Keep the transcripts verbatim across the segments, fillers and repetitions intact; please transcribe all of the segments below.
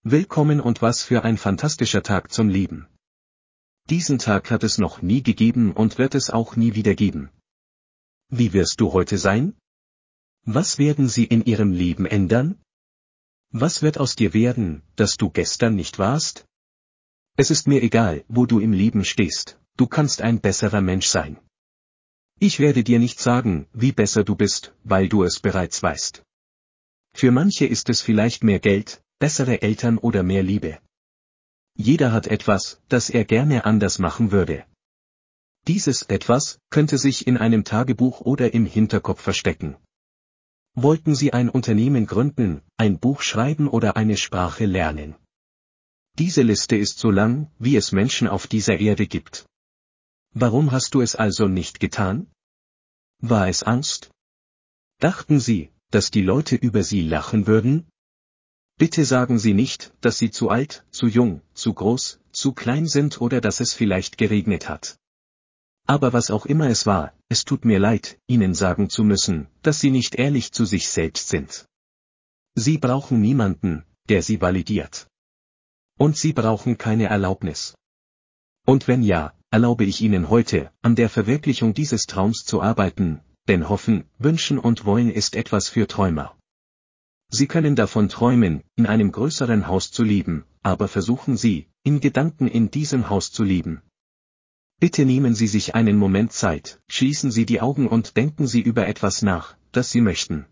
Willkommen und was für ein fantastischer Tag zum Leben. Diesen Tag hat es noch nie gegeben und wird es auch nie wieder geben. Wie wirst du heute sein? Was werden sie in ihrem Leben ändern? Was wird aus dir werden, das du gestern nicht warst? Es ist mir egal, wo du im Leben stehst, du kannst ein besserer Mensch sein. Ich werde dir nicht sagen, wie besser du bist, weil du es bereits weißt. Für manche ist es vielleicht mehr Geld, bessere Eltern oder mehr Liebe. Jeder hat etwas, das er gerne anders machen würde. Dieses Etwas könnte sich in einem Tagebuch oder im Hinterkopf verstecken. Wollten Sie ein Unternehmen gründen, ein Buch schreiben oder eine Sprache lernen? Diese Liste ist so lang, wie es Menschen auf dieser Erde gibt. Warum hast du es also nicht getan? War es Angst? Dachten Sie, dass die Leute über Sie lachen würden? Bitte sagen Sie nicht, dass Sie zu alt, zu jung, zu groß, zu klein sind oder dass es vielleicht geregnet hat. Aber was auch immer es war, es tut mir leid, Ihnen sagen zu müssen, dass Sie nicht ehrlich zu sich selbst sind. Sie brauchen niemanden, der Sie validiert. Und Sie brauchen keine Erlaubnis. Und wenn ja, erlaube ich Ihnen heute, an der Verwirklichung dieses Traums zu arbeiten, denn Hoffen, Wünschen und Wollen ist etwas für Träumer. Sie können davon träumen, in einem größeren Haus zu leben, aber versuchen Sie, in Gedanken in diesem Haus zu leben. Bitte nehmen Sie sich einen Moment Zeit, schließen Sie die Augen und denken Sie über etwas nach, das Sie möchten.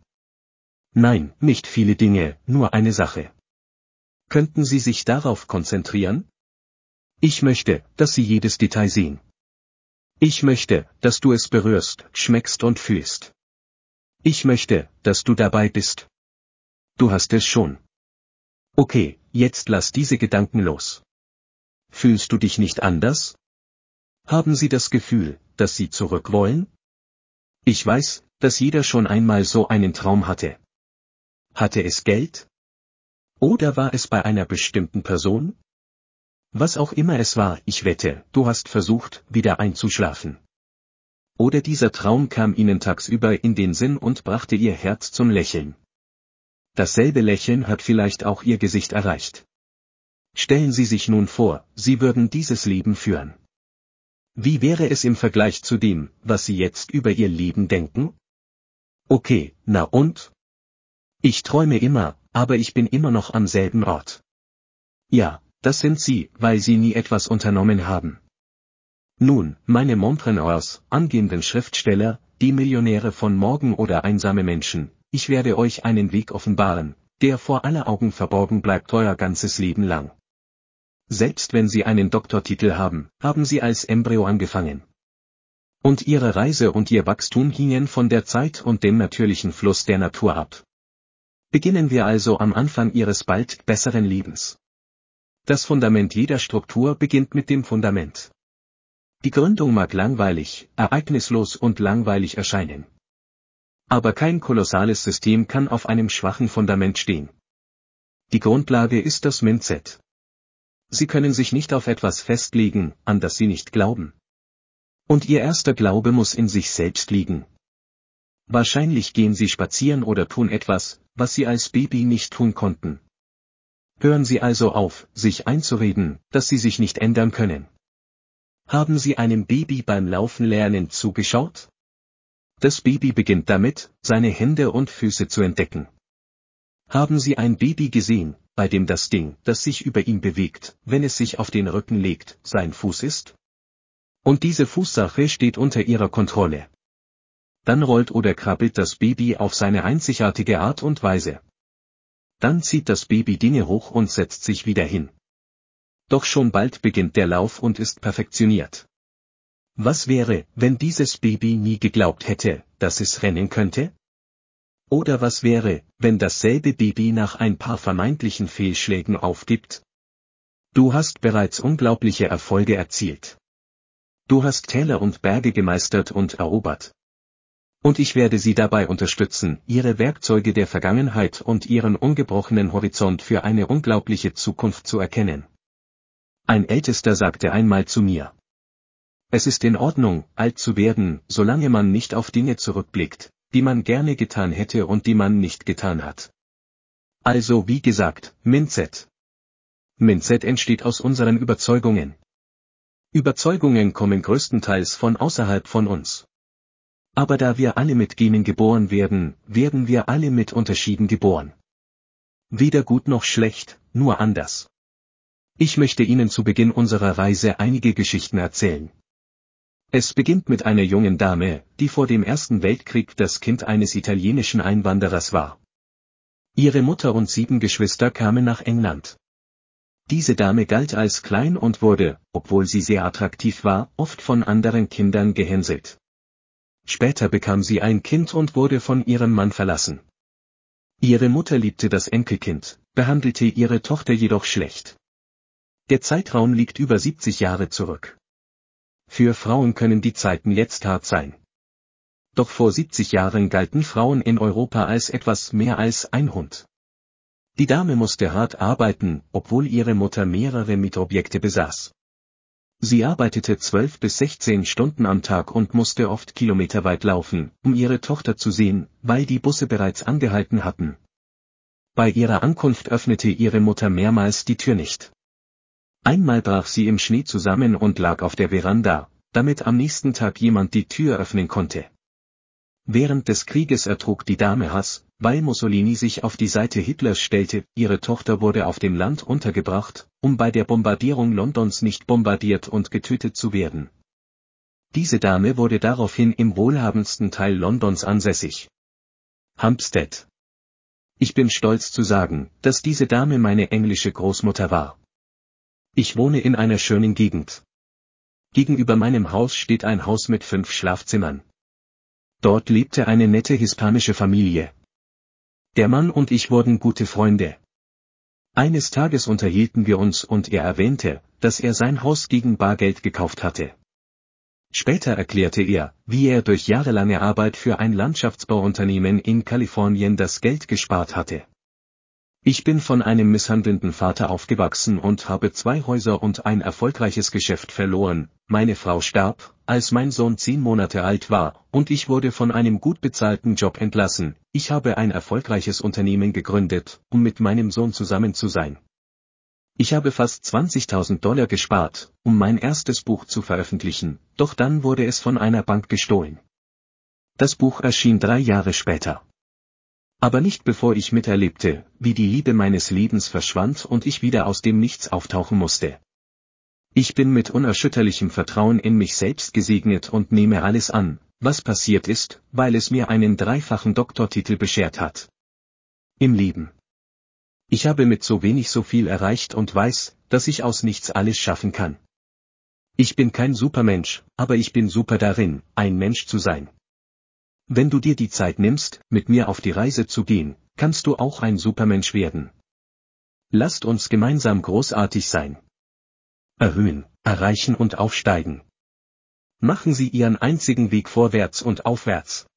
Nein, nicht viele Dinge, nur eine Sache. Könnten Sie sich darauf konzentrieren? Ich möchte, dass Sie jedes Detail sehen. Ich möchte, dass du es berührst, schmeckst und fühlst. Ich möchte, dass du dabei bist. Du hast es schon. Okay, jetzt lass diese Gedanken los. Fühlst du dich nicht anders? Haben Sie das Gefühl, dass Sie zurück wollen? Ich weiß, dass jeder schon einmal so einen Traum hatte. Hatte es Geld? Oder war es bei einer bestimmten Person? Was auch immer es war, ich wette, du hast versucht, wieder einzuschlafen. Oder dieser Traum kam Ihnen tagsüber in den Sinn und brachte Ihr Herz zum Lächeln. Dasselbe Lächeln hat vielleicht auch Ihr Gesicht erreicht. Stellen Sie sich nun vor, Sie würden dieses Leben führen. Wie wäre es im Vergleich zu dem, was Sie jetzt über Ihr Leben denken? Okay, na und? Ich träume immer, aber ich bin immer noch am selben Ort. Ja, das sind Sie, weil Sie nie etwas unternommen haben. Nun, meine Mompreneurs, angehenden Schriftsteller, die Millionäre von morgen oder einsame Menschen, ich werde euch einen Weg offenbaren, der vor aller Augen verborgen bleibt euer ganzes Leben lang. Selbst wenn Sie einen Doktortitel haben, haben Sie als Embryo angefangen. Und Ihre Reise und Ihr Wachstum hingen von der Zeit und dem natürlichen Fluss der Natur ab. Beginnen wir also am Anfang Ihres bald besseren Lebens. Das Fundament jeder Struktur beginnt mit dem Fundament. Die Gründung mag langweilig, ereignislos und langweilig erscheinen. Aber kein kolossales System kann auf einem schwachen Fundament stehen. Die Grundlage ist das Mindset. Sie können sich nicht auf etwas festlegen, an das Sie nicht glauben. Und Ihr erster Glaube muss in sich selbst liegen. Wahrscheinlich gehen Sie spazieren oder tun etwas, was Sie als Baby nicht tun konnten. Hören Sie also auf, sich einzureden, dass Sie sich nicht ändern können. Haben Sie einem Baby beim Laufen lernen zugeschaut? Das Baby beginnt damit, seine Hände und Füße zu entdecken. Haben Sie ein Baby gesehen, bei dem das Ding, das sich über ihn bewegt, wenn es sich auf den Rücken legt, sein Fuß ist? Und diese Fußsache steht unter Ihrer Kontrolle. Dann rollt oder krabbelt das Baby auf seine einzigartige Art und Weise. Dann zieht das Baby Dinge hoch und setzt sich wieder hin. Doch schon bald beginnt der Lauf und ist perfektioniert. Was wäre, wenn dieses Baby nie geglaubt hätte, dass es rennen könnte? Oder was wäre, wenn dasselbe Baby nach ein paar vermeintlichen Fehlschlägen aufgibt? Du hast bereits unglaubliche Erfolge erzielt. Du hast Täler und Berge gemeistert und erobert. Und ich werde Sie dabei unterstützen, Ihre Werkzeuge der Vergangenheit und Ihren ungebrochenen Horizont für eine unglaubliche Zukunft zu erkennen. Ein Ältester sagte einmal zu mir: Es ist in Ordnung, alt zu werden, solange man nicht auf Dinge zurückblickt, die man gerne getan hätte und die man nicht getan hat. Also wie gesagt, Mindset. Mindset entsteht aus unseren Überzeugungen. Überzeugungen kommen größtenteils von außerhalb von uns. Aber da wir alle mit Genen geboren werden, werden wir alle mit Unterschieden geboren. Weder gut noch schlecht, nur anders. Ich möchte Ihnen zu Beginn unserer Reise einige Geschichten erzählen. Es beginnt mit einer jungen Dame, die vor dem Ersten Weltkrieg das Kind eines italienischen Einwanderers war. Ihre Mutter und sieben Geschwister kamen nach England. Diese Dame galt als klein und wurde, obwohl sie sehr attraktiv war, oft von anderen Kindern gehänselt. Später bekam sie ein Kind und wurde von ihrem Mann verlassen. Ihre Mutter liebte das Enkelkind, behandelte ihre Tochter jedoch schlecht. Der Zeitraum liegt über siebzig Jahre zurück. Für Frauen können die Zeiten jetzt hart sein. Doch vor siebzig Jahren galten Frauen in Europa als etwas mehr als ein Hund. Die Dame musste hart arbeiten, obwohl ihre Mutter mehrere Mietobjekte besaß. Sie arbeitete zwölf bis sechzehn Stunden am Tag und musste oft kilometerweit laufen, um ihre Tochter zu sehen, weil die Busse bereits angehalten hatten. Bei ihrer Ankunft öffnete ihre Mutter mehrmals die Tür nicht. Einmal brach sie im Schnee zusammen und lag auf der Veranda, damit am nächsten Tag jemand die Tür öffnen konnte. Während des Krieges ertrug die Dame Hass, weil Mussolini sich auf die Seite Hitlers stellte. Ihre Tochter wurde auf dem Land untergebracht, um bei der Bombardierung Londons nicht bombardiert und getötet zu werden. Diese Dame wurde daraufhin im wohlhabendsten Teil Londons ansässig. Hampstead. Ich bin stolz zu sagen, dass diese Dame meine englische Großmutter war. Ich wohne in einer schönen Gegend. Gegenüber meinem Haus steht ein Haus mit fünf Schlafzimmern. Dort lebte eine nette hispanische Familie. Der Mann und ich wurden gute Freunde. Eines Tages unterhielten wir uns und er erwähnte, dass er sein Haus gegen Bargeld gekauft hatte. Später erklärte er, wie er durch jahrelange Arbeit für ein Landschaftsbauunternehmen in Kalifornien das Geld gespart hatte. Ich bin von einem misshandelnden Vater aufgewachsen und habe zwei Häuser und ein erfolgreiches Geschäft verloren. Meine Frau starb, als mein Sohn zehn Monate alt war, und ich wurde von einem gut bezahlten Job entlassen. Ich habe ein erfolgreiches Unternehmen gegründet, um mit meinem Sohn zusammen zu sein. Ich habe fast zwanzigtausend Dollar gespart, um mein erstes Buch zu veröffentlichen, doch dann wurde es von einer Bank gestohlen. Das Buch erschien drei Jahre später. Aber nicht bevor ich miterlebte, wie die Liebe meines Lebens verschwand und ich wieder aus dem Nichts auftauchen musste. Ich bin mit unerschütterlichem Vertrauen in mich selbst gesegnet und nehme alles an, was passiert ist, weil es mir einen dreifachen Doktortitel beschert hat. Im Leben. Ich habe mit so wenig so viel erreicht und weiß, dass ich aus nichts alles schaffen kann. Ich bin kein Supermensch, aber ich bin super darin, ein Mensch zu sein. Wenn du dir die Zeit nimmst, mit mir auf die Reise zu gehen, kannst du auch ein Supermensch werden. Lasst uns gemeinsam großartig sein. Erhöhen, erreichen und aufsteigen. Machen Sie Ihren einzigen Weg vorwärts und aufwärts.